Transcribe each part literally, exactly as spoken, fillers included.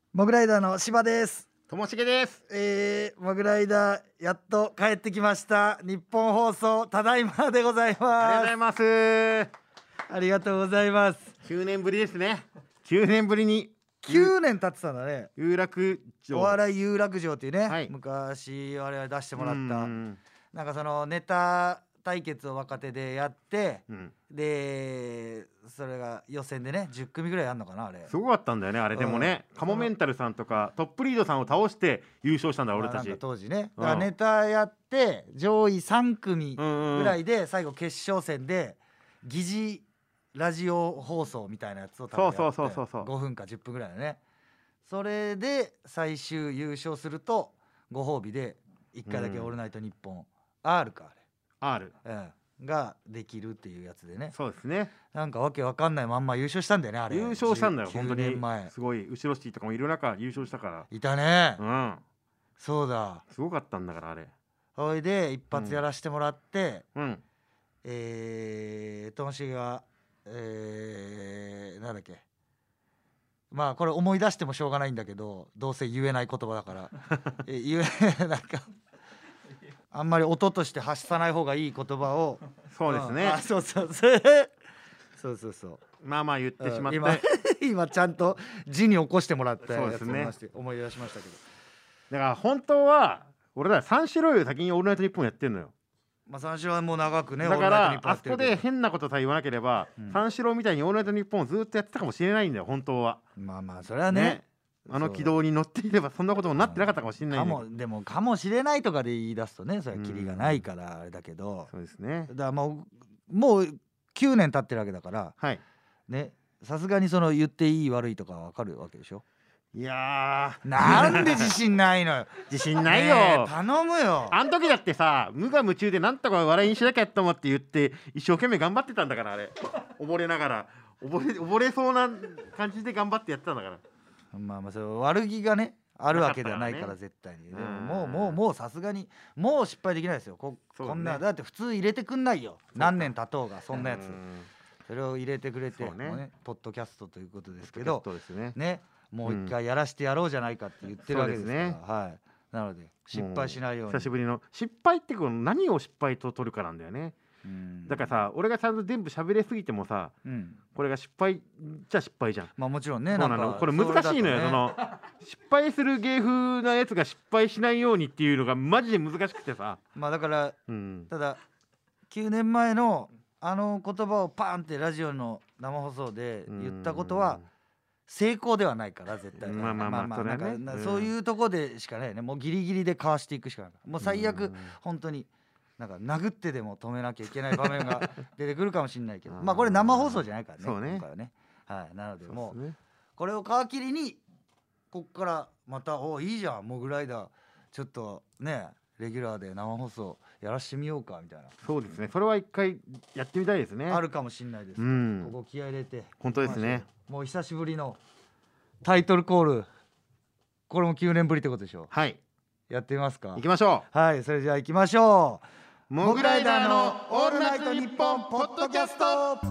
モグライダーの柴です。 ともしげです。 えー、モグライダーやっと帰ってきました。日本放送ただいまでございます。 ありがとうございます。 ありがとうございます。 きゅうねんぶりですね。きゅうねんぶりにきゅうねん経ってたんだね。 有楽町、 お笑い有楽町っていうね、 はい、 昔我々出してもらったんなんかそのネタ対決を若手でやって、うん、でそれが予選でねじゅっくみぐらいあんのかな。あれすごかったんだよね。あれでもね、うん、カモメンタルさんとかトップリードさんを倒して優勝したんだ、俺たち。 当時ね、だからネタやって上位さんくみぐらいで最後決勝戦で疑似ラジオ放送みたいなやつを多分やって、 そうそうそうそうごふんかじゅっぷんぐらいのね。それで最終優勝するとご褒美でいっかいだけオールナイトニッポン R かあれ R、 うん、ができるっていうやつでね。 そうですね。 なんかわけわかんないまんま優勝したんだよね。あれ優勝したんだよ本当に。 きゅうねんまえすごい後ろシティとかもいる中優勝したから。 いたね。 うん、 そうだ、 すごかったんだからあれ。 それで一発やらしてもらって、 うん、 えーともしげがえー、なんだっけ、まあこれ思い出してもしょうがないんだけど、どうせ言えない言葉だからえ言えなんかあんまり音として発さない方がいい言葉を。 そうですね、 うん、あそうそうそうそうそうそう、 まあまあ言ってしまって、 今, 今ちゃんと字に起こしてもらったやつをね、 思い出しましたけど、 だから本当は俺ら三四郎より先にオールナイトニッポンやってんのよ。 まあ、三四郎はもう長くね、 だからあそこで変なことさえ言わなければ、うん、三四郎みたいにオールナイトニッポンをずっとやってたかもしれないんだよ本当は。 まあまあそれは ね, ねあの軌道に乗っていればそんなこともなってなかったかもしれないんだけど、 かもでもかもしれないとかで言い出すとね、それはキリがないからあれだけど、 そうですね。 だからもうもうきゅうねん経ってるわけだから、 はい、 ね、さすがにその言っていい悪いとかわかるわけでしょ。 いやーなんで自信ないのよ自信ないよ、 ね、頼むよ。 あん時だってさ無我夢中でなんとか笑いにしなきゃと思って言って一生懸命頑張ってたんだから、あれ溺れながら溺れ、溺れそうな感じで頑張ってやってたんだから。 まあまあそれ悪気がねあるわけではないから絶対に、でももうもうもうさすがにもう失敗できないですよ こ, こんなだって普通入れてくんないよ、何年経とうがそんなやつ。それを入れてくれて、ねね、ポッドキャストということですけどですね、ね、もう一回やらしてやろうじゃないかって言ってるわけですから、うん、ね、はい、なので失敗しないように。 久しぶりの失敗ってこの何を失敗と取るかなんだよね。だからさ俺がちゃんと全部喋れすぎてもさ、うん、これが失敗じゃ失敗じゃん。 まあもちろんね、 そうなの、これ難しいのよ、ね、その失敗する芸風なやつが失敗しないようにっていうのがマジで難しくてさ。 まあだから、うん、ただきゅうねんまえのあの言葉をパーンってラジオの生放送で言ったことは成功ではないから絶対。 まあまあまあまあなんかそういうとこでしかないね。もうギリギリでかわしていくしかない。もう最悪本当になんか殴ってでも止めなきゃいけない場面が出てくるかもしれないけどまあこれ生放送じゃないからね。 そうね、 今回はね、はい、なのでもうこれを皮切りにこっからまたおいいじゃんモグライダーちょっとねレギュラーで生放送やらしてみようかみたいな。 そうですね、それは一回やってみたいですね。 あるかもしれないです、うん、ここ気合い入れて。 本当ですね、 もう久しぶりのタイトルコール、これもきゅうねんぶりってことでしょ。 はい、 やってみますか。 行きましょう。はい、それじゃあ行きましょう。モグライダーのオールナイトニッポンポッドキャスト。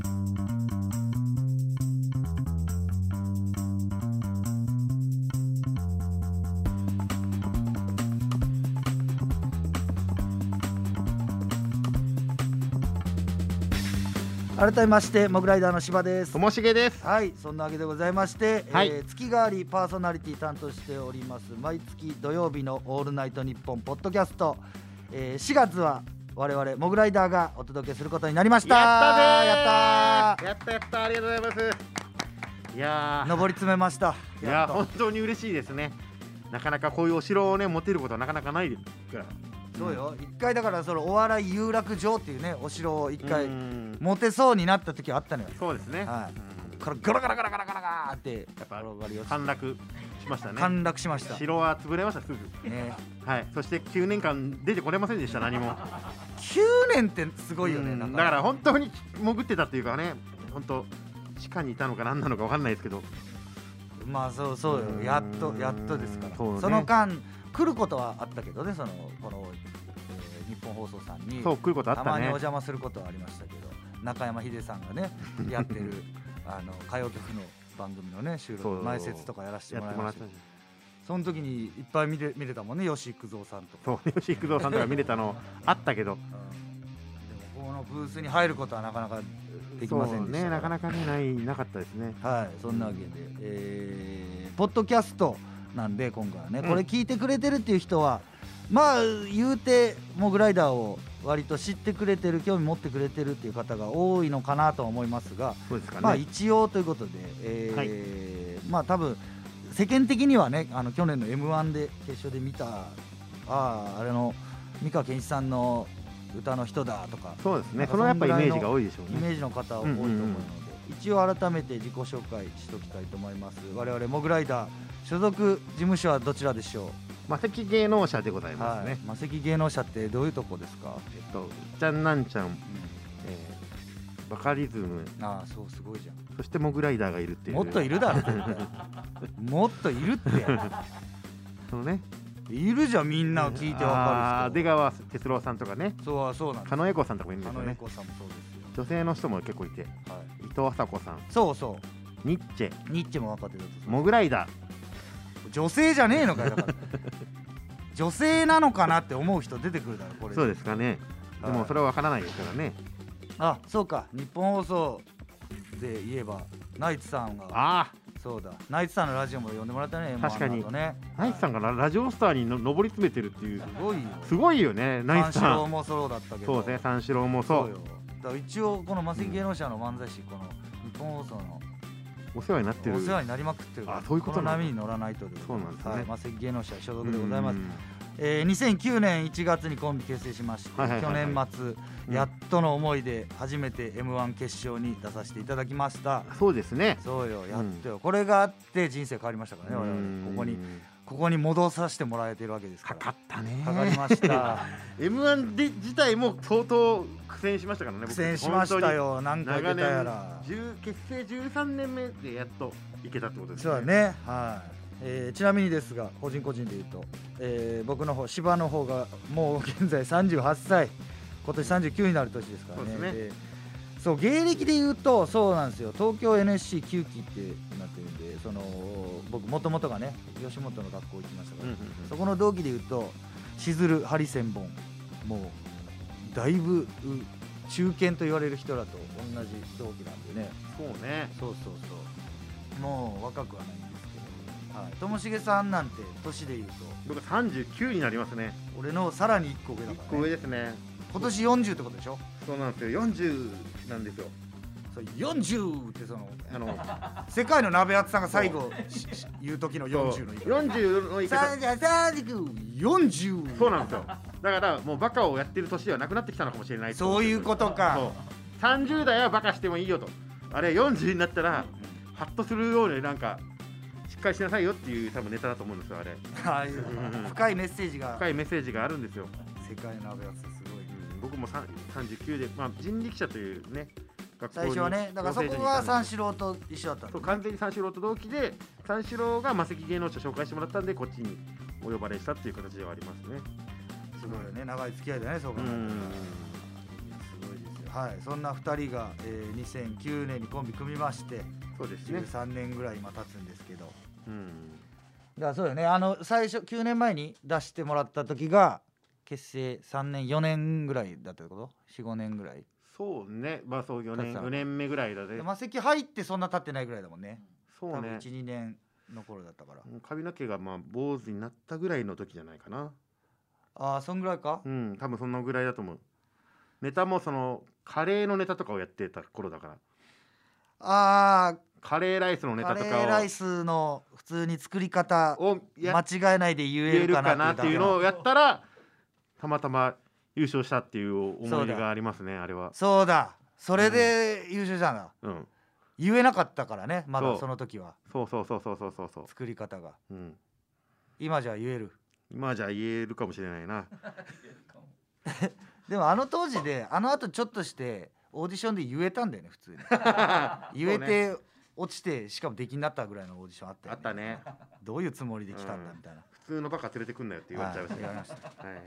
改めましてモグライダーの柴です。 ともしげです。 はい、そんなわけでございまして、 はい、 えー、月替わりパーソナリティ担当しております毎月土曜日のオールナイトニッポンポッドキャスト、えー、しがつは我々モグライダーがお届けすることになりました。 やったねやったやったやったありがとうございます。いや上り詰めました。 いや本当に嬉しいですね。なかなかこういうお城をね持てることはなかなかないですから。 そうよ、一回だからそのお笑い有楽町っていうねお城を一回モテそうになった時あったのよ。 そうですね、 はい、からガラガラガラガラガラガラってやっぱ陥落しましたね。 陥落しました。 城は潰れましたすぐ、ね、はい。そしてきゅうねんかん出てこれませんでした何もきゅうねんってすごいよね。 だから本当に潜ってたっていうかね、本当地下にいたのか何なのか分かんないですけど、 まあそうそうよ、やっとやっとですから。 そ,、ね、その間来ることはあったけどね、そのこの、えー、日本放送さんにそう来ることあったね。 たまにお邪魔することはありましたけど、中山秀さんがねやってるあの歌謡曲の番組のね収そう録前説とかやらせてもらいましたやってもらったその時にいっぱい見れ見れたもんね吉幾三さんとかそう吉幾三さんとか見れたのあったけど、 うん、でもこのブースに入ることはなかなかできませんでしたそうねなかなかねないなかったですね。 はいそんなわけで、えー、ポッドキャストなんで今回はね、うん、これ聞いてくれてるっていう人はまあ言うてモグライダーを割と知ってくれてる興味持ってくれてるっていう方が多いのかなと思いますがそうですかね、 まあ一応ということで、えーはい、まあ多分世間的にはねあの去年の エムワン で決勝で見たあああれの三河健一さんの歌の人だとかそうですねそのやっぱイメージが多いでしょうねイメージの方多いと思うので、うんうんうん、一応改めて自己紹介しときたいと思います。我々モグライダー所属事務所はどちらでしょう。 マセキ芸能社でございますね、はい、 マセキ芸能社ってどういうとこですか。 えっとちゃんなんちゃん、うんえー、バカリズムああそうすごいじゃん。 そしてモグライダーがいるっていうもっといるだろもっといるってそのねいるじゃんみんな聞いてわかる人出川哲朗さんとかねそうそうなんです狩野英孝さんとかもいるんですよね。 狩野英孝さんもそうですよ。 女性の人も結構いて、はい、伊藤麻子さんそうそうニッチェニッチェも若手だとモグライダー女性じゃねえのかよだから女性なのかなって思う人出てくるだろこれ。 そうですかね、はい、でもそれは分からないですからね。 あそうか日本放送で言えばナイツさんがあそうだナイツさんのラジオも呼んでもらったね。 確かにねナイツさんが ラ, ラジオスターにの上り詰めてるっていうすごいよすごいよね。ナイツさん三四郎もそうだったけどそうですね三四郎もそうそうよだから一応このマセキ芸能社の漫才師、うん、この日本放送のお世話になってるお世話になりまくってるからあそういうことこの波に乗らないとでそうなんですね、 はい、マセキ芸能社所属でございます。えー、にせんきゅうねんいちがつにコンビ結成しまして、はいはいはいはい、去年末、うん、やっとの思いで初めて エムワン 決勝に出させていただきました。 そうですねそうよやっとよ、うん、これがあって人生変わりましたからね我々ここにここに戻させてもらえてるわけですから。 かかったねかかりましたエムワン で自体も相当苦戦しましたからね。 苦戦しましたよ何回出たやら結成じゅうさんねんめでやっといけたってことですね。 そうだねはい、えー、ちなみにですが個人個人で言うと、えー、僕の方芝の方がもう現在さんじゅうはっさい今年さんじゅうきゅうになる年ですからね。そうですね。そう芸歴で言うとそうなんですよ東京 エヌエスシーきゅうきってなってるんでその僕もともとがね吉本の学校行きましたから、うんうんうん、そこの同期で言うとしずるハリセンボンもうだいぶ中堅と言われる人らと同じ同期なんでね。 そうねそうそうそうもう若くはないんですけど、はい、ともしげさんなんて年で言うと僕さんじゅうきゅうになりますね。 俺のさらにいっこ上だからね。 いっこ上ですね。 今年よんじゅうってことでしょ。 そうなんですよよんじゅうなんですよ。 そうよんじゅうってそのあの世界の鍋厚さんが最後言う時のよんじゅうの言い方よんじゅうの言い方さんじゅうさんじゅうよんじゅうそうなんですよ。だからもうバカをやってる年ではなくなってきたのかもしれない。 そういうことか。 さんじゅう代はバカしてもいいよとあれよんじゅうになったらハッとするようになんかしっかりしなさいよっていう多分ネタだと思うんですよあれ。ああいう深いメッセージが深いメッセージがあるんですよ。 世界の鍋厚さすごい、 うん、僕もさんじゅうきゅうで、まあ、人力車というね学校に最初はねだからそこは三四郎と一緒だったんで、ね、 そう完全に三四郎と同期で三四郎がマセキ芸能社紹介してもらったんでこっちにお呼ばれしたっていう形ではありますね。 すごいよね長い付き合いだねそう考えたら。すごいですよ。はい、そんなふたりが、えー、にせんきゅうねんにコンビ組みましてそうですねじゅうさんねんぐらい今経つんですけど、 うん、 だからそうよねあの最初きゅうねんまえに出してもらった時が結成さんねんよねんぐらいだったってこと ?よん、ごねんぐらい。 そうねまあそうよねんよねんめぐらいだね。 マセキ入ってそんな経ってないぐらいだもんね。 そうねいち、にねんの頃だったから髪の毛がまあ坊主になったぐらいの時じゃないかな。 ああそんぐらいか。 うん多分そんなぐらいだと思う。ネタもそのカレーのネタとかをやってた頃だから。 ああカレーライスのネタとかをカレーライスの普通に作り方を間違えないで言えるかなっていうのをやったらたまたま優勝したっていう思い出がありますね。あれはそうだそれで優勝したんだ、 うん、 言えなかったからねまだその時は。 そうそうそうそうそうそうそう作り方が、 うん、 今じゃ言える今じゃ言えるかもしれないなでもあの当時であの後ちょっとしてオーディションで言えたんだよね普通に言えて、ね、落ちてしかも出来になったぐらいのオーディションあったよね。 あったね。 どういうつもりで来たんだみたいな、うん、 普通のバカ連れてくんなよって言われちゃいました、ね、はい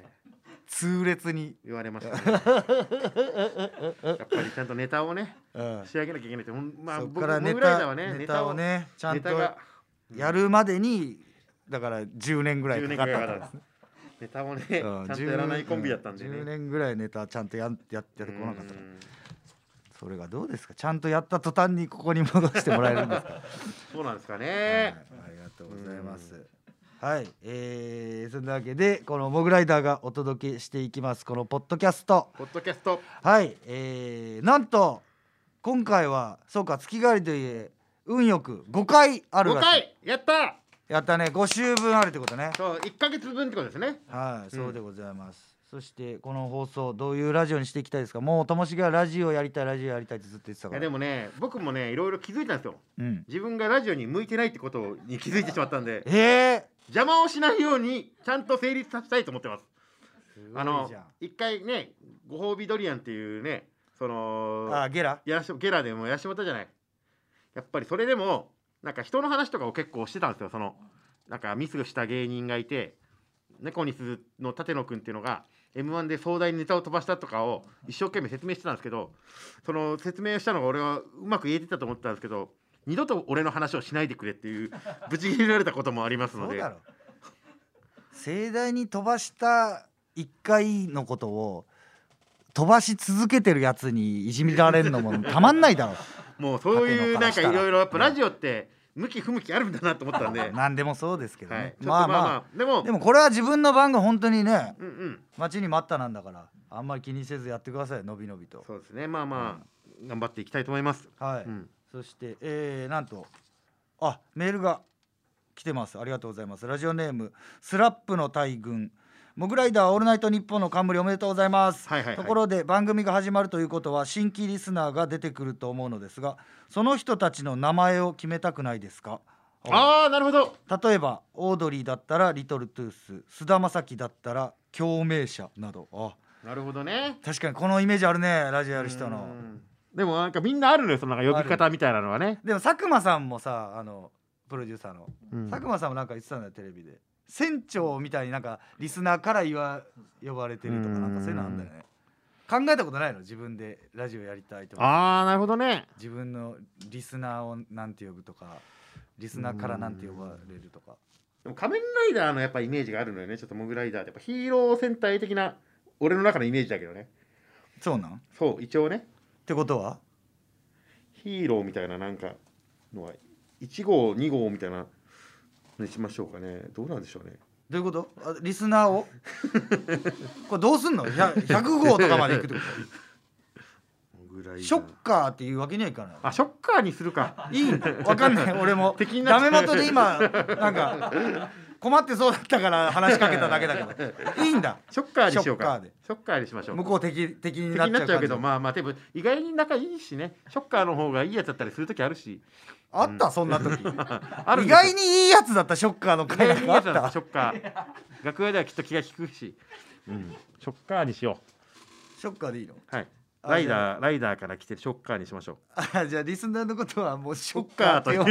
痛烈に言われましたねやっぱりちゃんとネタをね、うん、仕上げなきゃいけないって、まあ、 そっからネ僕モグライダータはねネタをねちゃんとやるるまでにだからじゅうねんぐらいかかったんですね。 ネタをね、うん、ちゃんとやらないコンビだったんでね、 じゅうねんぐらいネタちゃんとややってこなかった。それがどうですか、ちゃんとやった途端にここに戻してもらえるんですかそうなんですかね、 はい、ありがとうございます。はい、えー、そんなわけでこのモグライダーがお届けしていきますこのポッドキャストポッドキャストはい、えー、なんと今回はそうか月替わりといえ運よくごかいあるらしい。 ごかいやったやったね、ご週分あるってことね。 そういっかげつぶんってことですね。 はい、そうでございます、うん、そしてこの放送どういうラジオにしていきたいですか。もうともしげはラジオやりたいラジオやりたいってずっと言ってたから。 いやでもね僕もねいろいろ気づいたんですよ、 うん、 自分がラジオに向いてないってことに気づいてしまったんで、 えー、 邪魔をしないようにちゃんと成立させたいと思ってます。あの一回ねご褒美ドリアンっていうねそのあゲラやしゲラでもやらしてもらったじゃない。やっぱりそれでもなんか人の話とかを結構してたんですよ。そのなんかミスした芸人がいて猫に鈴の立野くんっていうのが エムワン で壮大にネタを飛ばしたとかを一生懸命説明してたんですけど、その説明したのが俺はうまく言えてたと思ってたんですけど、二度と俺の話をしないでくれっていうぶち切れられたこともありますので。 そうだろ盛大に飛ばしたいっかいのことを飛ばし続けてるやつにいじめられるのもたまんないだろもうそういうなんかいろいろやっぱラジオって向き不向きあるんだなと思ったんで何でもそうですけどね、 はい、 まあまあ、まあ、 でもでもこれは自分の番が本当にね、 うんうん、 待ちに待ったなんだからあんまり気にせずやってください。のびのびと。 そうですね、まあまあ、うん、頑張っていきたいと思います。 はい、うん、そして、えー、なんとあメールが来てます。ありがとうございます。ラジオネームスラップの大群、モグライダーオールナイトニッポンの冠おめでとうございます、 はいはいはい、 ところで番組が始まるということは新規リスナーが出てくると思うのですが、その人たちの名前を決めたくないですか。 あーなるほど。 例えばオードリーだったらリトルトゥース、菅田将暉だったら共鳴者など。あなるほどね、 確かにこのイメージあるね、ラジオやる人の。 でもなんかみんなあるのよそのなんか呼び方みたいなのはね。 でも佐久間さんもさあのプロデューサーの、うん、佐久間さんもなんか言ってたんだよテレビで、船長みたいになんかリスナーから言わ呼ばれてるとかなんかそういうのあんだよね。考えたことないの自分でラジオやりたいとか。 あーなるほどね。 自分のリスナーをなんて呼ぶとかリスナーからなんて呼ばれるとか。 でも仮面ライダーのやっぱイメージがあるのよね。ちょっとモグライダーってやっぱヒーロー戦隊的な俺の中のイメージだけどね。 そうなん？ そう一応ね。 ってことはヒーローみたいななんかのはいち号に号みたいなにしましょうかね。どうなんでしょうね。 どういうこと？あリスナーをこれどうすんの？ ひゃく号とかまでいくってことショッカーっていうわけにはいかない。 あショッカーにするか。いいんだわかんない俺もダメ元で今なんか困ってそうだったから話しかけただけだけどいいんだ。 ショッカーにしようか。ショッカーにしましょう。 向こう敵敵になっちゃう敵になっちゃうけどまあまあでも意外に仲いいしね。ショッカーの方がいいやつだったりする時あるし。 あった、うん、そんな時ある意外にいいやつだったショッカーの回があった。 ショッカー楽屋ではきっと気が利くし、うん、ショッカーにしよう。ショッカーでいいの？ はい。ライダーライダーから来てるショッカーにしましょう。 あじゃあリスナーのことはもうショッカーという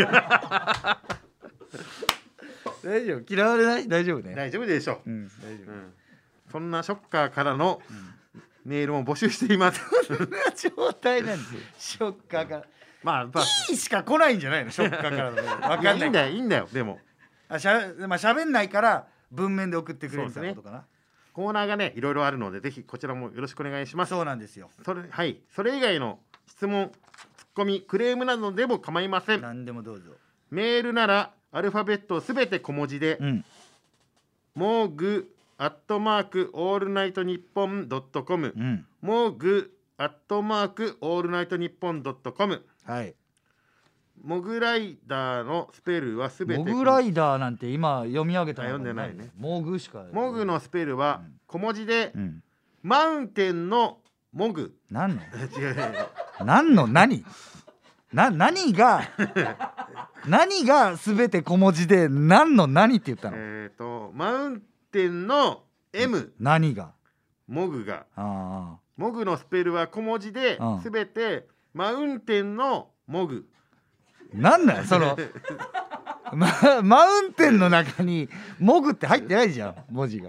大丈夫？嫌われない？大丈夫ね。 大丈夫でしょう、 うん、大丈夫、うん、 そんなショッカーからのメールも募集しています。 そんな状態なんですよ。ショッカーからまあ、まあ、 いいしか来ないんじゃないのショッカーからのメール。わかんない。いいんだよいいんだよ。でもあしゃ、まあ、喋んないから文面で送ってくれるみたいなことかな。 コーナーがねいろいろあるのでぜひこちらもよろしくお願いします。 そうなんですよ。 それはいそれ以外の質問ツッコミクレームなどでも構いません。 何でもどうぞ。 メールならアルファベットすべて小文字で、うん、モグアットマークオールナイトニッポンドットコム、うん、モグアットマークオールナイトニッポンドットコム。 はい。 モグライダーのスペルはすべてモグライダーなんて今読み上げたの読んでないね。 モグしか。 モグのスペルは小文字で、うん、マウンテンのモグ。 何の違う何の何な何が何がすべて小文字で何の何って言ったの？ えっとマウンテンの M。 何が？ モグが。 あモグのスペルは小文字ですべてマウンテンのモグ。 なんだよそのま、マウンテンの中にモグって入ってないじゃん文字が。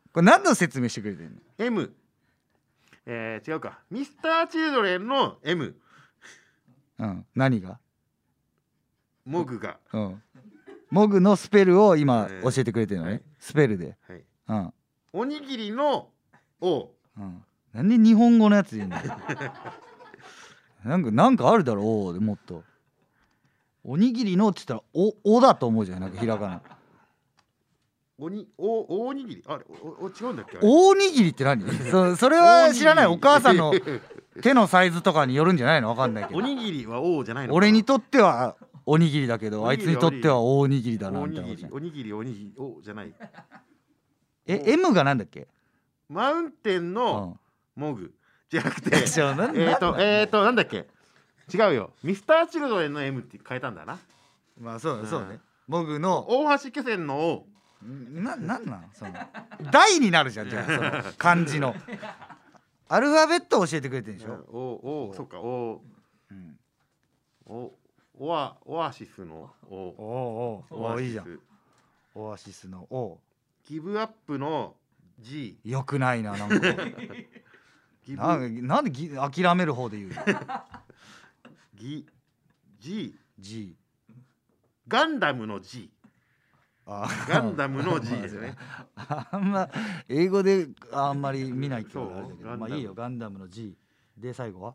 これ何の説明してくれてんの？ M、えー、違うか、ミスターチルドレンの M、 うん、何が？ モグが、 うん、モグのスペルを今えー教えてくれてるのね、 はい、 スペルで、 はい、 うん、 おにぎりの O、 うん、なんで日本語のやつ言うんだよなんかなんかあるだろう、おでもっとおにぎりのって言ったらおおだと思うじゃん、なんかひらがなおにおおにぎり、あれおお違うんだっけ？ おにぎりって何？そ, それは知らない。お母さんの手のサイズとかによるんじゃないの？わかんないけど、 おにぎりは O じゃないのかな。 俺にとってはおにぎりだけど、あいつにとってはおにぎりだなおみたいな。 にぎりおにぎりおにぎり O じゃない。 え M がなんだっけ？ マウンテンのモグじゃなくて、えっとえっとなんだっけ、違うよ、ミスターチルドレンの M って変えたんだな。 まあそうだそうね、モグの大橋巨泉の O、 な、なんなんその大になるじゃん、じゃあその漢字のアルファベットを教えてくれてるんでしょ。 おお、そっか、お、うん、おオアオアシスの O、 おおおいいじゃん、オアシスの O、 ギブアップの G、 よくないな、なんかな, なんでギ諦める方で言うのギ G G、 ガンダムの G、 あガンダムの G ですよねあんま英語であんまり見ないっていうのがあるんだけど、まあいいよ、ガンダムの G で最後は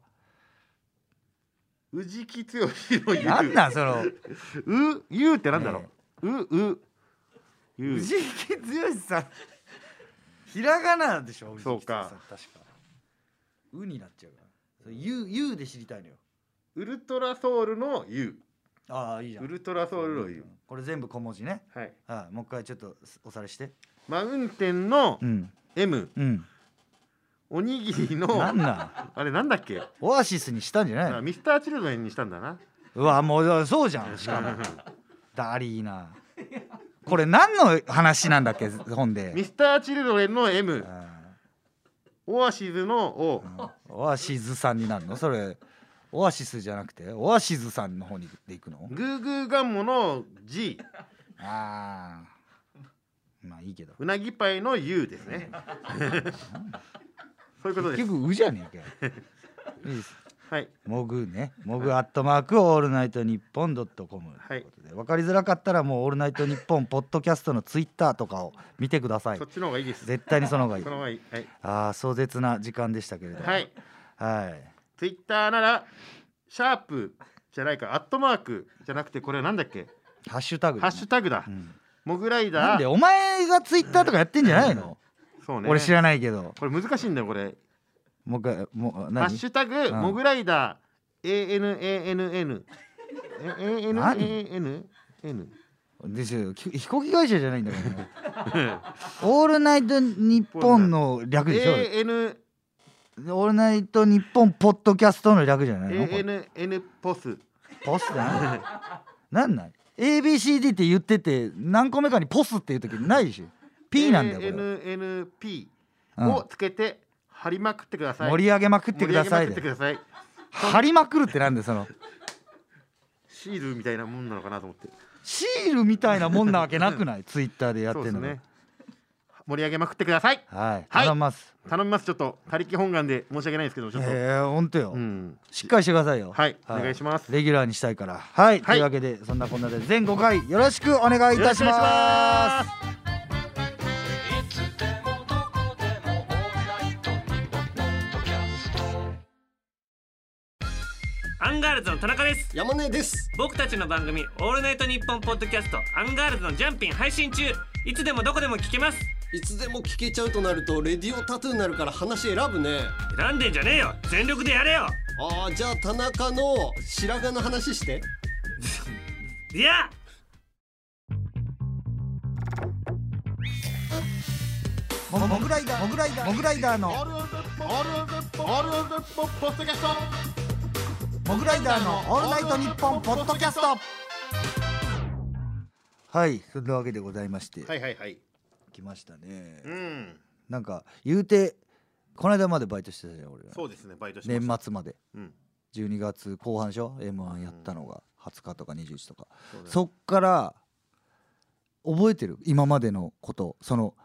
宇治木剛の U、 なんなんそのう U ってなんだろう、ね、うう宇治木剛さんひらがなでしょ。 そうか、 確かうになっちゃうから、U, U で知りたいのよ。 ウルトラソウルの U。 ああいいじゃん、 ウルトラソウルの U、 これ全部小文字ね。 はい、 はい、もう一回ちょっとおさらして。 マウンテンの M、 うん、うん、 おにぎりのなんなんあれなんだっけ、 オアシスにしたんじゃないの？ ミスターチルドレンにしたんだな。 うわもうそうじゃん、しかもダリーな。これ何の話なんだっけ本で。 ミスターチルドレンの M、 オアシズの O、 うん、オアシズさんになるのそれ？オアシスじゃなくてオアシズさんの方にでいくの？ グーグーガンモの G、 ああまあいいけど、 うなぎパイの U ですねそういうことです。 結局うじゃねえかよいいです、 はい、 モグね、モグアットマークオールナイトニッポンドットコムということで、分かりづらかったらもうオールナイトニッポンポッドキャストのツイッターとかを見てください。 そっちの方がいいです。 絶対にその方がいい。 その方がいい、はい、 ああ壮絶な時間でしたけれども、 はいはい、 ツイッターならシャープじゃないか、アットマークじゃなくてこれはなんだっけ、 ハッシュタグ、ね、 ハッシュタグだ、うん、モグライダー。 なんでお前がツイッターとかやってんじゃないのそうね、 俺知らないけどこれ難しいんだよこれ。 もう一回もうハッシュタグ、うん、モグライダー エーエヌエーエヌエヌ エーエヌエーエヌエヌですよ、飛行機会社じゃないんだからねオールナイトニッポンの略でしょ。 エーエヌオールナイトニッポンポッドキャストの略じゃないの？ エーエヌエヌ ポスポスってなんなんなん エービーシーディー って言ってて何個目かにポスっていう時ないでしょ。 P なんだよこれ。 エーエヌエヌピー をつけて貼りまくってください。 盛り上げまくってください。 貼りまくるってなんでそのシールみたいなもんなのかなと思って。 シールみたいなもんなわけなくないツイッターでやってるのね。 盛り上げまくってください。 はい、頼みます、 頼みます。ちょっと他力本願で申し訳ないですけど、ちょっとえー、ほんとよ、うん、しっかりしてくださいよ。 はい、はい、お願いします。 レギュラーにしたいから。はい、はい、というわけでそんなこんなで全ごかいよろしくお願いいたします。 アンガールズの田中です。 山根です。 僕たちの番組オールナイトニッポンポッドキャストアンガールズのジャンピン配信中。いつでもどこでも聞けます。 いつでも聞けちゃうとなるとレディオタトゥーになるから話選ぶね。 選んでんじゃねえよ、全力でやれよ。 ああ、じゃあ田中の白髪の話していやモグライダーモグライダーモグライダーのオールナイトニッポンポッドキャストモグライダーのオールナイトニッポンポッドキャスト。はい、そんなわけでございまして、 はいはいはい、 来ましたね。 うん、 なんか言うてこの間までバイトしてたじゃん俺。 そうですね、バイトしてました。 年末まで、うん、じゅうにがつこう半でしょ エムワン やったのがはつかとかにじゅういちとか、うん、そっから覚えてる今までのこと。その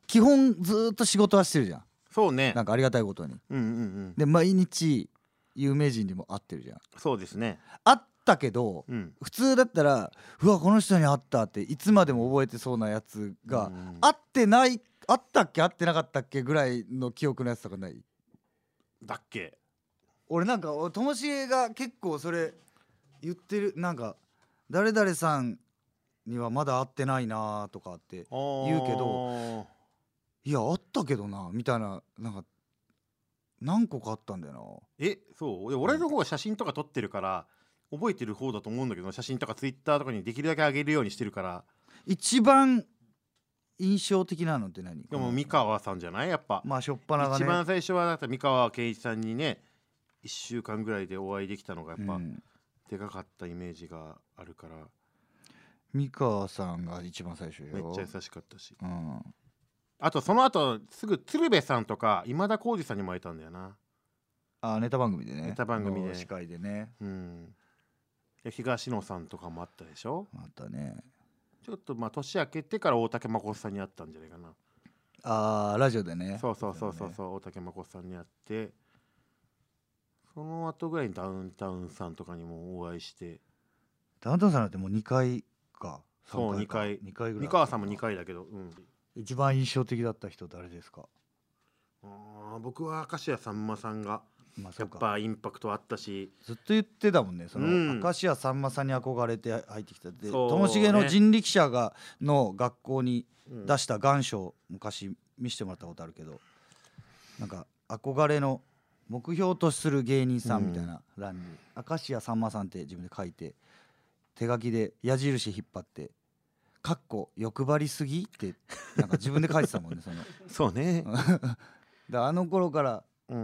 基本ずーっと仕事はしてるじゃん。 そうね。 なんかありがたいことに。 うんうんうん。 で毎日有名人にも会ってるじゃん。 そうですね。 会ったけど、 うん、 普通だったらうわこの人に会ったっていつまでも覚えてそうなやつが、うん、会ってない会ったっけ会ってなかったっけぐらいの記憶のやつとかない？ だっけ？ 俺なんかともしげが結構それ言ってる。なんか誰々さんにはまだ会ってないなとかって言うけど、いや会ったけどなみたいな、なんか何個かあったんだよな。 え、そう。俺の方が写真とか撮ってるから覚えてる方だと思うんだけど、写真とかツイッターとかにできるだけ上げるようにしてるから。一番印象的なのって何？ でも三河さんじゃない？やっぱまあしょっぱながね、 一番最初はだった三河健一さんにねいっしゅうかんぐらいでお会いできたのがやっぱ、うん、でかかったイメージがあるから。 三河さんが一番最初よ。 めっちゃ優しかったし、 うん、 あとその後すぐ鶴瓶さんとか今田耕司さんにも会えたんだよな。 あ、ネタ番組でね。 ネタ番組で司会でね、 うん、東野さんとかもあったでしょ。 あったね。 ちょっとまあ年明けてから大竹まことさんに会ったんじゃないかな。 あーラジオでね。 そうそうそうそうそう、ね、大竹まことさんに会って、その後ぐらいにダウンタウンさんとかにもお会いして。 ダウンタウンさんだってもうにかいか。 そうにかい。 にかいぐらい。 三河さんもにかいだけど、うん、 一番印象的だった人誰ですか？ あ、僕は明石家さんまさんがまあ、 やっぱインパクトあったし、 ずっと言ってたもんね。その、うん、明石家さんまさんに憧れて入ってきたで、ともしげの人力車がの学校に出した願書、うん、昔見せてもらったことあるけど、なんか憧れの目標とする芸人さんみたいな欄に、うん、明石家さんまさんって自分で書いて手書きで矢印引っ張ってかっこ欲張りすぎってなんか自分で書いてたもんね。そのそうねだあの頃から、うん、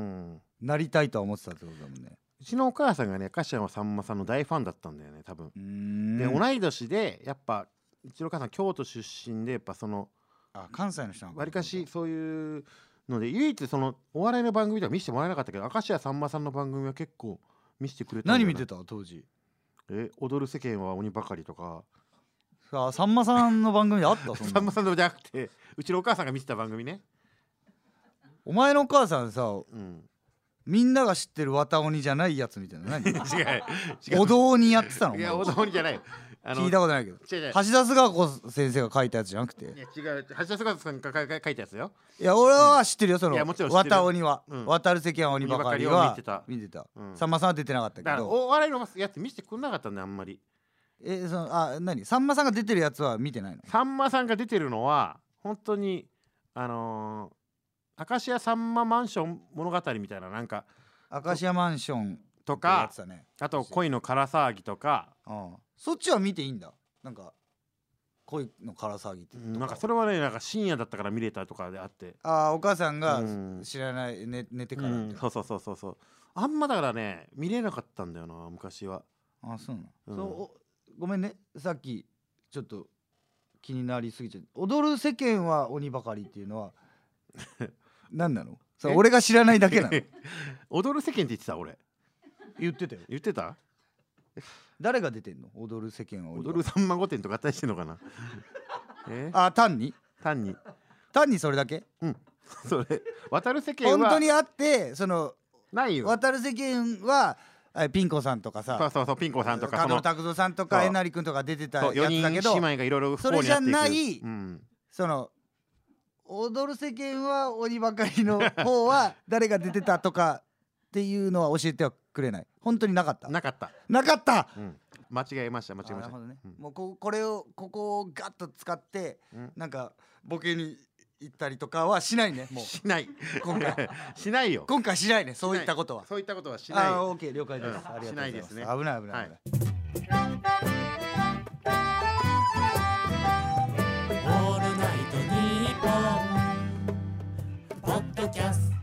なりたいとは思ってたってことだもんね。 うちのお母さんがね明石家さんまさんの大ファンだったんだよね多分。で同い年でやっぱうちのお母さん京都出身でやっぱそのあ関西の人なのかわりかしそういうので唯一そのお笑いの番組では見せてもらえなかったけど明石家さんまさんの番組は結構見せてくれたんだよ。 何見てた当時？ え踊る世間は鬼ばかりとか。 さあさんまさんの番組であったそんなさんまさんのじゃなくてうちのお母さんが見てた番組ね。 お前のお母さんさ、 うん、 みんなが知ってる綿鬼じゃないやつみたいな。何違う違うお堂にやってたの？ いやお堂にじゃないよ。 聞いたことないけど違う違う橋田壽賀子先生が書いたやつじゃなくて。いや違う橋田壽賀子さんが書いたやつよ。 いや俺は知ってるよ、その綿鬼は、 うん、 渡る世間は鬼ばかりは見てた、 見てた、うん、さんまさんは出てなかったけど、だからお笑いのやつ見せてくんなかったんだあんまり。 えそのあ何さんまさんが出てるやつは見てないの？ さんまさんが出てるのは本当にあのー、明石家さんまマンション物語みたいな、なんか明石家マンションとか、ね、あと恋のから騒ぎとか、 ああそっちは見ていいんだ。なんか恋のから騒ぎってなんかそれはねなんか深夜だったから見れたとかであって、 ああお母さんが知らない、うん、寝, 寝てから、うん、 そうそうそうそうそう、あんまだからね見れなかったんだよな昔は。 ああそうなの、うん、そうごめんねさっきちょっと気になりすぎちゃって、踊る世間は鬼ばかりっていうのは何なの？そう俺が知らないだけなの？ 踊る世間って言ってた？俺言ってたよ。 言ってた？ 誰が出てんの？踊る世間は鬼ばかり。 踊るさんま御殿と合体してんのかなえあ単に単に単にそれだけ？ うんそれ渡る世間は本当にあって、そのないよ。 渡る世間はピン子さんとかさ、 そうそうそうピン子さんとか門野拓三さんとかえなり君とか出てたやつだけど、 よにん姉妹がいろいろそれじゃない、 うん、 その踊る世間は鬼ばかりの方は誰が出てたとかっていうのは教えてはくれない？本当になかった？ なかったなかった、 うん、間違えました間違えました。 なるほどね、うん、もう こ, これをここをガッと使って、うん、なんかボケに行ったりとかはしないね。もうしない今回しないよ今回しないね。そういったことはそういったことはしない。 あ、オーケー了解です、うん、ありがとうございます。しないですね。危ない危ない危ない、はい、 オールナイトニッポンポッドキャスト。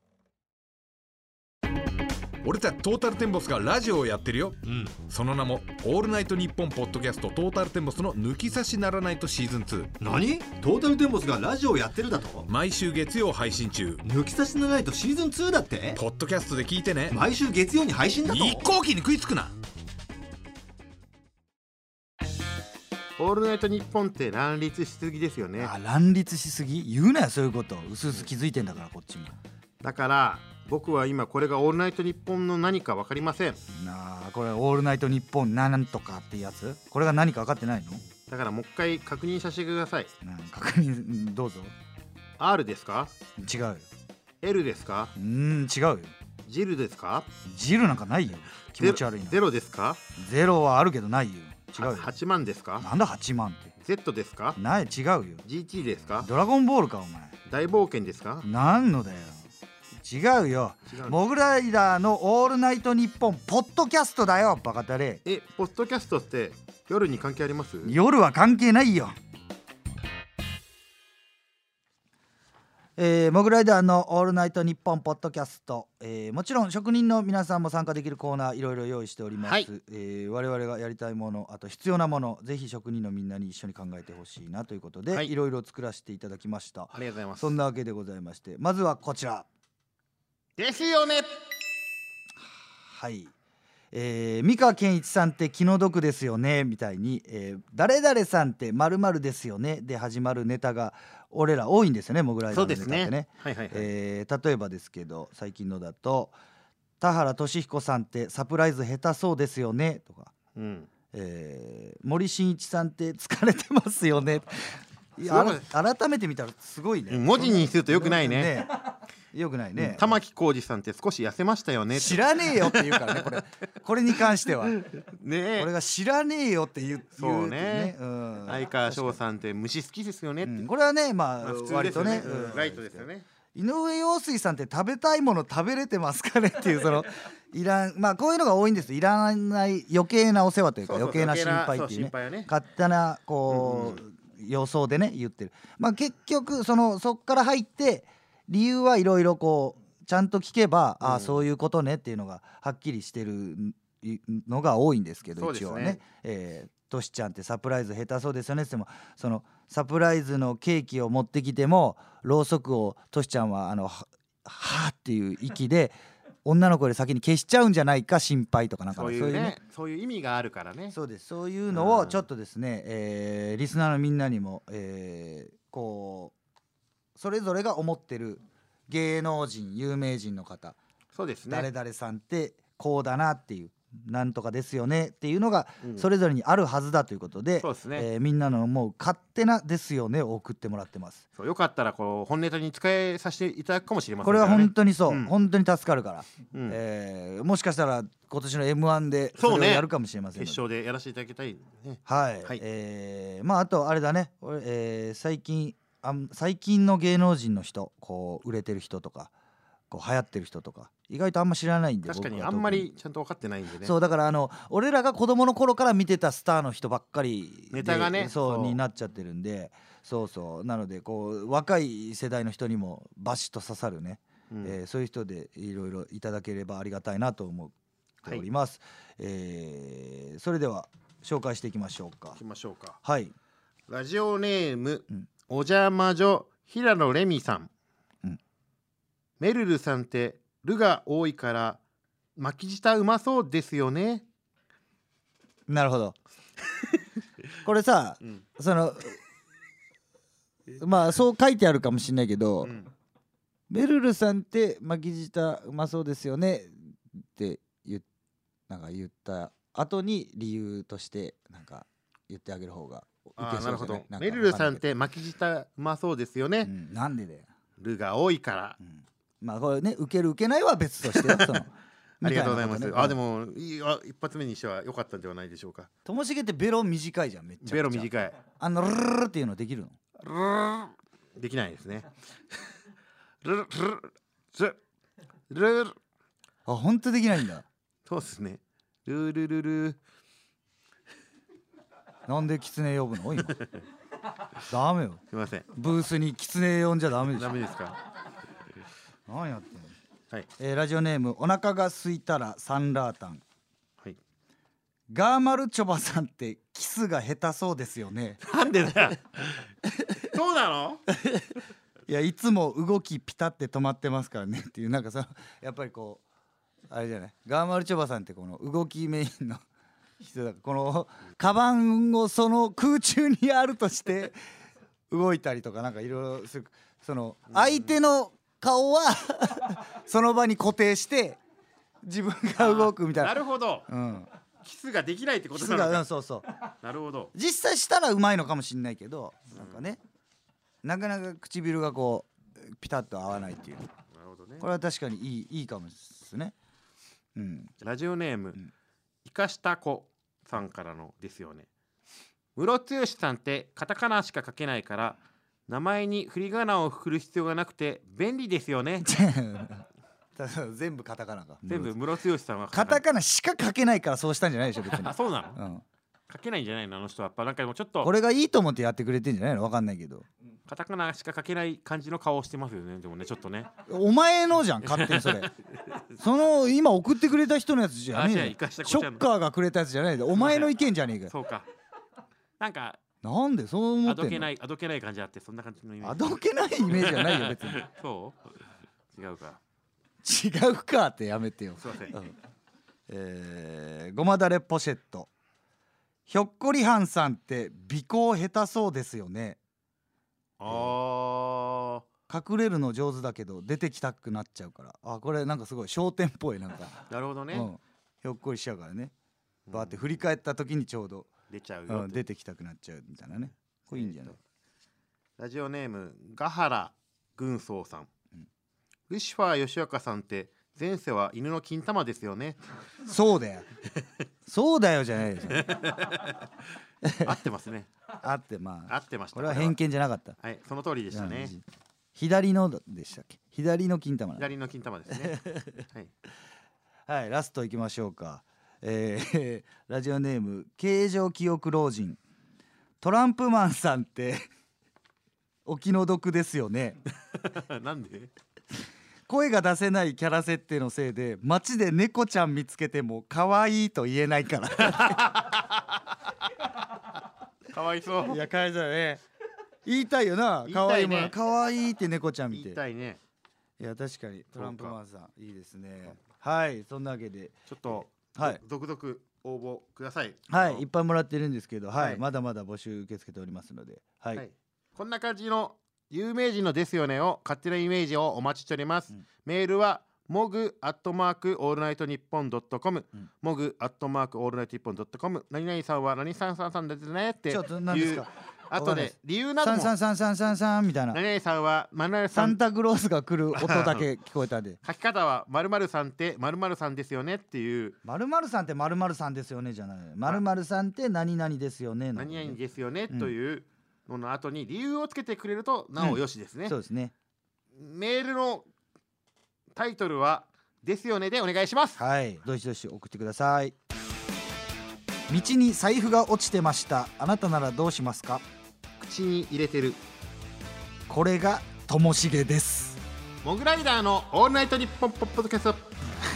俺たちトータルテンボスがラジオをやってるよ、うん、その名もオールナイトニッポンポッドキャストトータルテンボスの抜き差しならないとシーズンツー。 何？トータルテンボスがラジオをやってるだと？ 毎週月曜配信中。 抜き差しならないとシーズンツーだって？ ポッドキャストで聞いてね。 毎週月曜に配信だと？ 一向機に食いつくな。 オールナイトニッポンって乱立しすぎですよね。 あ、乱立しすぎ、言うなよそういうこと。うすうす気づいてんだからこっちも。 だから僕は今これがオールナイトニッポンの何か分かりません。 なあ、これオールナイトニッポンなんとかってやつ、これが何か分かってないの？ だからもう一回確認させてください。 なん確認どうぞ。 R ですか？ 違うよ。 L ですか？ うーん、違うよ。 ジルですか？ ジルなんかないよ。気持ち悪いな。 ゼロですか？ ゼロはあるけどないよ。違うよ。 はちまんですか？ なんだはちまんって。 Z ですか？ ない、違うよ。 ジーティー ですか？ ドラゴンボールかお前。 大冒険ですか？ なんのだよ。違うよ。 違う。 モグライダーのオールナイトニッポンポッドキャストだよバカタレ。 え、ポッドキャストって夜に関係あります？ 夜は関係ないよ。えー、モグライダーのオールナイトニッポンポッドキャスト、えー、もちろん職人の皆さんも参加できるコーナーいろいろ用意しております、 はい。 えー、我々がやりたいもの、あと必要なもの、ぜひ職人のみんなに一緒に考えてほしいなということで、 はいいろいろ作らせていただきました。 ありがとうございます。 そんなわけでございまして、まずはこちらですよね。 はい、えー、三河健一さんって気の毒ですよねみたいに、えー、誰々さんって〇〇ですよねで始まるネタが俺ら多いんですよね、モグライダーのネタってね。 そうですね。はいはいはい。 えー、例えばですけど最近のだと田原俊彦さんってサプライズ下手そうですよねとか、 うん。 えー、森進一さんって疲れてますよねいやすごいあら改めて見たらすごいね。 文字にするとよくないね。 ねよくないね。 玉置浩二さんって少し痩せましたよね。 知らねえよって言うからねこれこれに関してはねえ。 これが知らねえよって言うそうね言うってうん、 相川翔さんって虫好きですよねって。 うんこれはねまあ、 まあ普通割とね、 ですよね。 うんうんライトですよね。 井上陽水さんって食べたいもの食べれてますかねっていうそのいらんまあこういうのが多いんです。いらない余計なお世話というかそうそう余計な心配っていうねそう心配はね。 勝手なこう、予想でね言ってる。まあ結局そのそっから入って理由はいろいろこうちゃんと聞けば、 うんああそういうことねっていうのがはっきりしてるのが多いんですけど、 そうですね一応はね、えー、トシちゃんってサプライズ下手そうですよねって言っても、そのサプライズのケーキを持ってきてもろうそくをトシちゃんはあのははーっていう息で女の子より先に消しちゃうんじゃないか心配とかなんかそういうね、そういう意味があるからね。 そうです。そういうのをちょっとですね、えーリスナーのみんなにも、えーこうそれぞれが思ってる芸能人有名人の方、 そうですね。 誰々さんってこうだなっていうなんとかですよねっていうのがうんそれぞれにあるはずだということで、 そうですね。 えーみんなのもう勝手なですよねを送ってもらってます。 そうよかったらこう本ネタに使えさせていただくかもしれませんこれはからね。 本当にそう、 うん本当に助かるから、 うんえーもしかしたら今年の エムワン でそそうねれをやるかもしれませんので決勝でやらせていただきたいね。 はい、 はいえーまああとあれだね、俺、えー最近あん最近の芸能人の人、こう売れてる人とかこう流行ってる人とか意外とあんま知らないんで、僕は確かにあんまりちゃんと分かってないんでね。 そうだからあの俺らが子供の頃から見てたスターの人ばっかりでネタがねそうそうになっちゃってるんで、そうそうなのでこう若い世代の人にもバシッと刺さるね、 うんえーそういう人でいろいろいただければありがたいなと思っております、えーそれでは紹介していきましょうか行きましょうか。 はい。 ラジオネーム、 うんお邪魔女平野レミさん、 うんメルルさんってルが多いから巻き舌うまそうですよね。 なるほどこれさ、 うんそのまあそう書いてあるかもしれないけど、 うんメルルさんって巻き舌うまそうですよねって言っなんか言った後に理由としてなんか言ってあげる方がいあけそうじゃないーなるほど。 なんかメルルさんって巻き舌うまそうですよね。 うん、なんでだよ、 ルが多いから。 うんまあこれね受ける受けないは別としてよそのありがとうございます。 みたなことねあでもいいあ一発目にしては良かったんではないでしょうか。 ともしげってベロ短いじゃん、めっちゃくちゃベロ短い。 あのルルルルっていうのできるの？ ルルルできないですね。ルルルルルルルあ本当できないんだ。 そうですね。ルルルルなんでキツネ呼ぶの今ダメよ、 すみません。 ブースにキツネ呼んじゃダメでしょ。 ダメですか。 何やってんの、 はいえーラジオネームお腹が空いたらサンラータン。 はい。 ガーマルチョバさんってキスが下手そうですよね。 なんでだよ。そうなの？ いやいつも動きピタって止まってますからねっていう、なんかさやっぱりこうあれじゃない、ガーマルチョバさんってこの動きメインの人だこのカバンをその空中にあるとして動いたりとかなんかいろいろするその相手の顔はその場に固定して自分が動くみたいな。 なるほど、 うん、 キスができないってこキスが、 となのか。 うん、そうそうなるほど。 実際したらうまいのかもしれないけど、なんかねなかなか唇がこうピタッと合わないっていう。 なるほどね。 これは確かにいいいいかもですね。うん、 ラジオネーム、 んいかした子さんからのですよね。ムロツヨシさんってカタカナしか書けないから名前に振り仮名を振る必要がなくて便利ですよね。 全部カタカナか。 全部ムロツヨシさんはカタカナしか書けないからそうしたんじゃないでしょ別に。 あ、そうなの、 うん、 書けないんじゃないのあの人は。やっぱなんかもうちょっとこれがいいと思ってやってくれてんじゃないのわかんないけど。 カタカナしか書けない感じの顔をしてますよね。でもねちょっとね。 お前のじゃん勝手にそれ。その今送ってくれた人のやつじゃねえよ。 あ違う生かした子シちゃんのョッカーがくれたやつじゃないでお前の意見じゃねえかよ。 そうか。なんかなんでそう思あってんの。 どけないあどけない感じあってそんな感じのイメーあジ。 どけないイメージじゃないよ別に。 そう違うか。 違うかってやめてよ。 すいません。 うんえー、ごまだれポシェット。ひょっこりはんさんって尾行下手そうですよね。 あ隠れるの上手だけど出てきたくなっちゃうから。あこれなんかすごい商店っぽいなんか、 ーなるほどね、 うん、ひょっこりしちゃうからね。バーって振り返った時にちょうど、 出ちゃうよ、 うん、出てきたくなっちゃうみたいなね。これいいんじゃない。 ラジオネームガハラ軍曹さん、うん、ルシファー吉岡さんって前世は犬の金玉ですよね。 そうだよそうだよじゃないでしょ合ってますね。 あってまあ合ってました。 これは偏見じゃなかった。 はいその通りでしたね。 左のでしたっけ。左の金玉。 左の金玉ですね。はいはいラストいきましょうか。えー、ラジオネーム形状記憶老人。トランプマンさんってお気の毒ですよね。 なんで声が出せないキャラ設定のせいで街で猫ちゃん見つけても可愛いと言えないから。 かわいそう。 いやかわいそうだね。言いたいよな。 言いたいね可愛いもん可愛いって猫ちゃん見て。 言いたいね。 いや確かにトランプマンさんいいですね。はいそんなわけでちょっと、 はい続々応募ください。 はいいっぱいもらってるんですけど、はい、 はいまだまだ募集受け付けておりますので、はい、 はい、こんな感じの有名人のですよねを勝手なイメージをお待ちしております、うん、メールはモグアットマークオールナイトニッポンドットコム、モグアットマークオールナイトニッポンドットコム。何々さんは何さんさんさんですねっていう。 ちょっと何ですか。 あとで理由なども三三三三三三みたいな。 何々さんはまるさん。 サンタクロースが来る音だけ聞こえたんで。 書き方はまるまるさんってまるまるさんですよねっていう。 まるまるさんってまるまるさんですよねじゃない。まるまるさんって何々ですよね。 何々ですよねというのの後に理由をつけてくれるとなおよしですね。 うん、そうですね。 メールのタイトルはですよねでお願いします。 はい、どしどし送ってください。道に財布が落ちてました。あなたならどうしますか。 口に入れてる。 これがともしげです。 モグライダーのオールナイトニッポンポッドキャスト。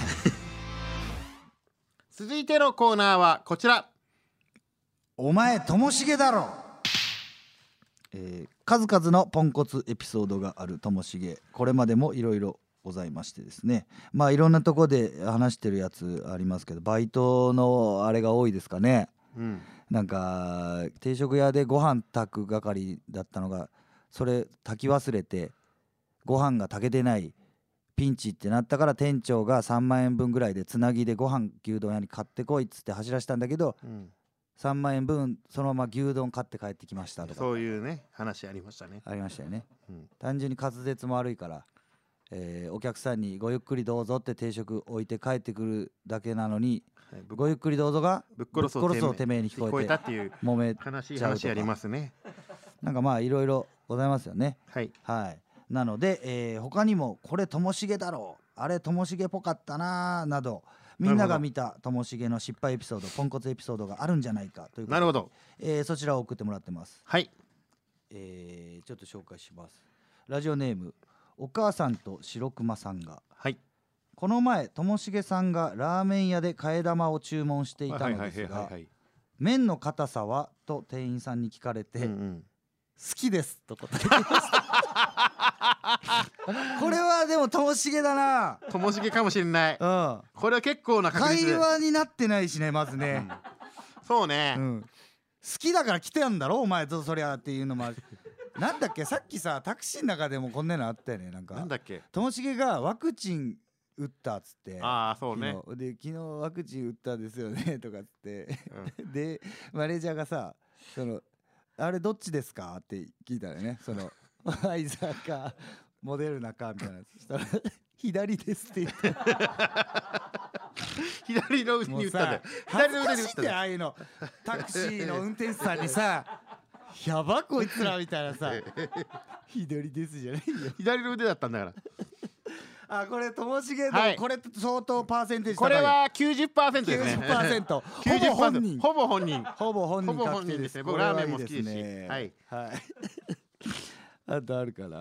続いてのコーナーはこちら。 お前ともしげだろ。えー、数々のポンコツエピソードがあるともしげ。これまでもいろいろございましてですね、まあいろんなとこで話してるやつありますけど、バイトのあれが多いですかね、うん、なんか定食屋でご飯炊く係だったのがそれ炊き忘れてご飯が炊けてないピンチってなったから店長がさんまんえんぶんぐらいでつなぎでご飯牛丼屋に買ってこいっつって走らせたんだけど、うん、さんまんえんぶんそのまま牛丼買って帰ってきましたとか、 そういうね話ありましたね。 ありましたよね、うん、単純に滑舌も悪いからえー、お客さんにごゆっくりどうぞって定食置いて帰ってくるだけなのに、はい、ごゆっくりどうぞがぶっ殺すをてめえに聞こえてたっていう揉め悲しい話ありますね。 なんかまあいろいろございますよね。 はい、 はい、なので、えー、他にもこれともしげだろうあれともしげっぽかったななどみんなが見たともしげの失敗エピソードポンコツエピソードがあるんじゃないかということで、 なるほど、 えー、そちらを送ってもらってます。 はい、 えー、ちょっと紹介します。ラジオネームお母さんと白熊さんが、 はい、 この前ともしげさんがラーメン屋で替え玉を注文していたのですが、麺の硬さはと店員さんに聞かれて、うんうん、好きですと答えていましたこれはでもともしげだな。 ともしげかもしれない、うん、これは結構な確率会話になってないしねまずね、 そうね、 うん、好きだから来てんだろお前とそりゃっていうのもあるなんだっけさっきさタクシーの中でもこんなのあったよね。なんかなんだっけ、 ともしげがワクチン打ったっつって、 ああそうね、 昨日で昨日ワクチン打ったんですよねとかっつって、うん、でマネージャーがさそのあれどっちですかって聞いたらね、そのファイザーかモデルナかみたいな。そしたら左ですって言って左の腕に打ったんだよ。 左の腕に打ったんだよ。ああいうのタクシーの運転手さんにさやばこいつらみたいなさ左ですじゃないよ。 左の腕だったんだからあ、これともしげの、 はい、 これ相当パーセンテージ高い。 これは きゅうじゅっパーセント ですね。 きゅうじゅっパーセント ほぼ本人ほぼ本人ほぼ本人確定ですね。 僕ラーメンも好きですし、はい、 はい、あとあるから、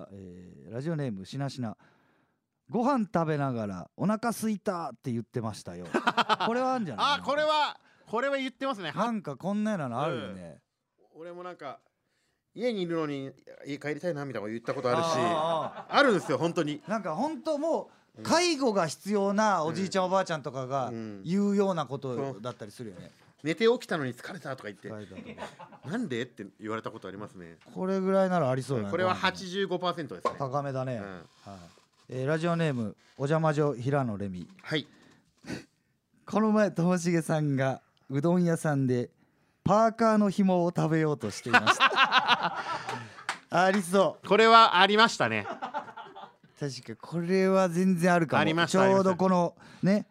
えー、ラジオネームしなしな。ご飯食べながらお腹すいたって言ってましたよ。これはあるんじゃない？ あ、これはこれは言ってますね。 なんかこんなのあるよね、 うん、俺もなんか家にいるのに家帰りたいなみたいなこと言ったことあるし、あ, あるんですよ本当に。 なんか本当もう介護が必要なおじいちゃん、うん、おばあちゃんとかが言うようなことだったりするよね、 うん、寝て起きたのに疲れたとか言ってなんでって言われたことありますね。 これぐらいならありそうだね。 これは はちじゅうごパーセント ですね。 高めだね、うん、はい。えー、ラジオネームお邪魔女平野レミ。 はい。 この前ともしげさんがうどん屋さんでパーカーの紐を食べようとしていましたありそう。 これはありましたね。 確かこれは全然あるかも。 ありました。 ちょうどこのね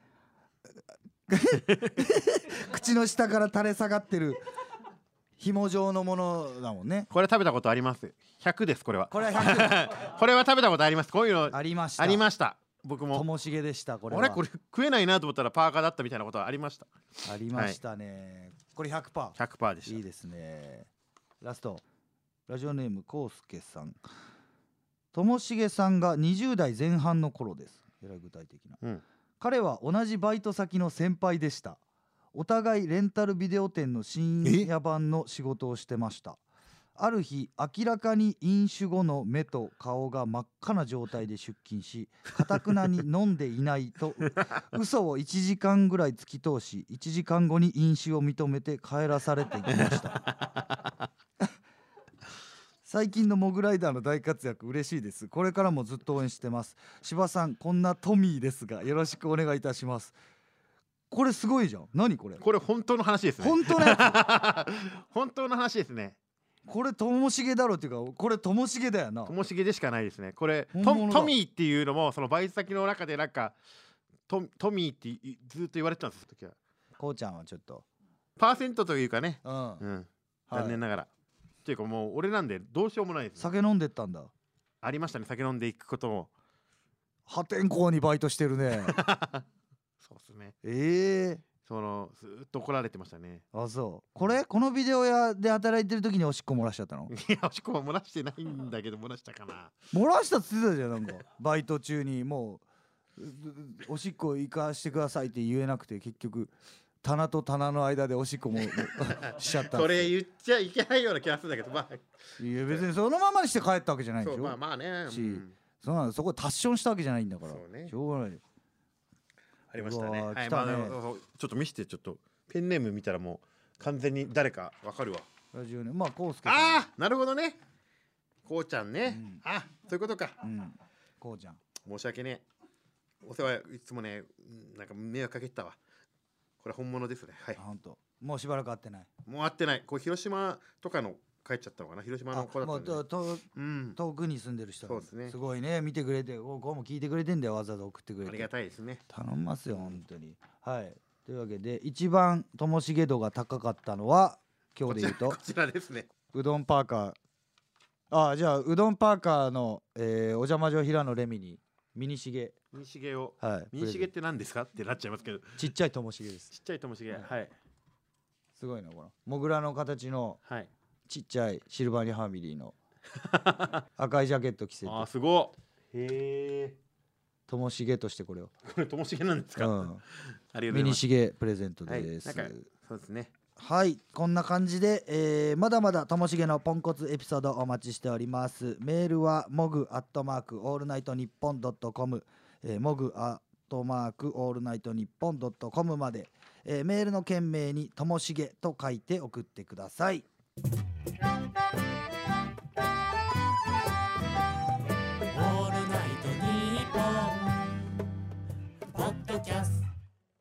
口の下から垂れ下がってる紐状のものだもんね。 これ食べたことあります。ひゃくです。これはこれはひゃくこれは食べたことあります。こういうのありましたありました。僕もともしげでした。これはあれこれ食えないなと思ったらパーカーだったみたいなことはありました。 ありましたね、はい、これ ひゃくパーセントひゃくパーセント でした。 いいですね。ラストラジオネームこうすけさん。ともしげさんがにじゅう代前半の頃です。えらい具体的な、うん、彼は同じバイト先の先輩でした。お互いレンタルビデオ店の深夜版の仕事をしてました。ある日明らかに飲酒後の目と顔が真っ赤な状態で出勤し、固くなに飲んでいないと嘘をいちじかんぐらい突き通し、いちじかんごに飲酒を認めて帰らされていきました最近のモグライダーの大活躍嬉しいです。これからもずっと応援してます。柴さん、こんなトミーですがよろしくお願いいたします。これすごいじゃん。何これ。 これ本当の話ですね。 本当のやつ本当の話ですね。 これともしげだろっていうか、これともしげだよな。 ともしげでしかないですね。これト, トミーっていうのもそのバイト先の中でなんか ト, トミーってずっと言われてたんです時は。 こうちゃんはちょっとパーセントというかね、 うん、うん、 残念ながら、はい、っていうかもう俺なんでどうしようもないです、ね、 酒飲んでったんだ。 ありましたね。酒飲んでいくことも。 破天荒にバイトしてるねそうですね。 ええー、 そのずっと怒られてましたね。 あ、そう。これこのビデオ屋で働いてる時におしっこ漏らしちゃったの？ いや、おしっこは漏らしてないんだけど漏らしたかな。 漏らしたっつってたじゃん。なんかバイト中にもうおしっこ行かしてくださいって言えなくて、結局棚と棚の間でおしっこもしちゃった。 それ言っちゃいけないような気がするんだけど、まあいや別にそのままにして帰ったわけじゃないでしょ。 そうまあまあね、 し、うん、そうなの、そこでタッションしたわけじゃないんだから、 そうね、 しょうがない。 ありましたね。はい、 来たね。 まあ、ちょっと見せて。ちょっとペンネーム見たらもう完全に誰かわかるわ。 ラジオね、まあこうすけ。 ああ、なるほどね。こうちゃんね、うん、あ、そういうことか、 うん、こうちゃん申し訳ねえ、お世話いつもね、なんか迷惑かけてたわ。これ本物ですね。はい。 本当。もうしばらく会ってない。 もう会ってない。これ広島とかの帰っちゃったのかな。広島の子だったんで、ね、 もうとと、うん、遠くに住んでる人。 そうですね。 すごいね、見てくれて、こうも聞いてくれてんだよ。わざわざ送ってくれて。 ありがたいですね。 頼みますよ本当に。はい。というわけで一番ともしげ度が高かったのは今日で言うとこちらですね。 うどんパーカー。ああ、じゃあうどんパーカーの、えー、お邪魔女平野レミにミニしげ。 ミニしげを。 はい。 ミニしげって何ですかってなっちゃいますけど。 ちっちゃいともしげです。 ちっちゃいともしげ。はい。はい、 すごいなこのモグラの形の。はい。ちっちゃいシルバニアファミリーの赤いジャケット着せて。 あ、すごい。へえ。 ともしげとしてこれを。 これともしげなんですか。うん、ありがとうございます。 ミニしげプレゼントです。 はい、なんかそうですね。 はい、こんな感じで、えー、まだまだともしげのポンコツエピソードお待ちしております。メールはモグアットマークオールナイトニッポンドットコム、モグアットマークオールナイトニッポンドットコムまで、えーメールの件名にともしげと書いて送ってください。 オールナイトニッポンポッドキャスト。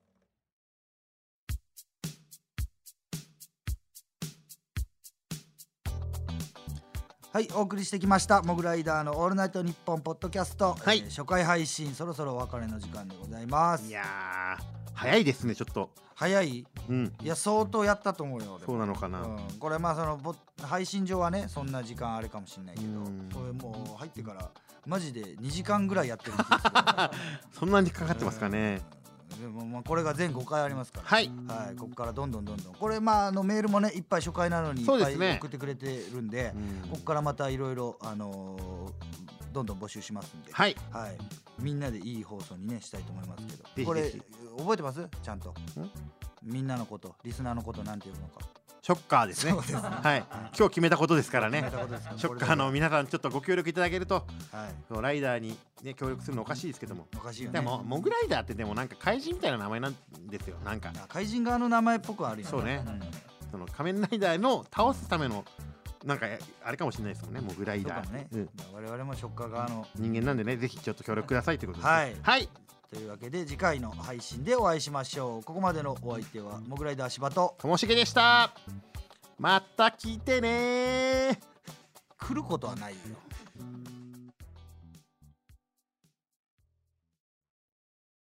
はい、お送りしてきましたモグライダーのオールナイトニッポンポッドキャスト、 はいえー初回配信そろそろお別れの時間でございます。 いやー早いですねちょっと。 早い？ うんいや相当やったと思うよ。 そうなのかな、 うん、これまあそのぼ配信上はねそんな時間あれかもしれないけど、 うんこれもう入ってからマジでにじかんぐらいやってるんですよ。 そんなにかかってますかね。 でもまあこれが全ごかいありますから、 はいはい、ここからどんどんどんどんこれまああのメールもねいっぱい初回なのにいっぱいそうですね送ってくれてるんで、 うんここからまたいろいろあのーどんどん募集しますんで、 はいはい、みんなでいい放送にねしたいと思いますけど、 ぜひこれぜひ覚えてますちゃんとみんなのことリスナーのことなんていうのか。 ショッカーですね。 そうですねはい今日決めたことですからね。 決めたことですからショッカーの皆さんちょっとご協力いただけると、 はいそうライダーにね協力するのおかしいですけども、 おかしいよね。 でもモグライダーってでもなんか怪人みたいな名前なんですよ。なんかあ怪人側の名前っぽくはあるよね。 そうねんその仮面ライダーの倒すためのなんかあれかもしれないですもんね。モグライダーそうかもね、 うん我々もショッカー側の人間なんでねぜひちょっと協力くださいということですね。 はいはいというわけで次回の配信でお会いしましょう。ここまでのお相手はモグライダー柴とともしげでした。また聞いてねー。 来ることはないよ。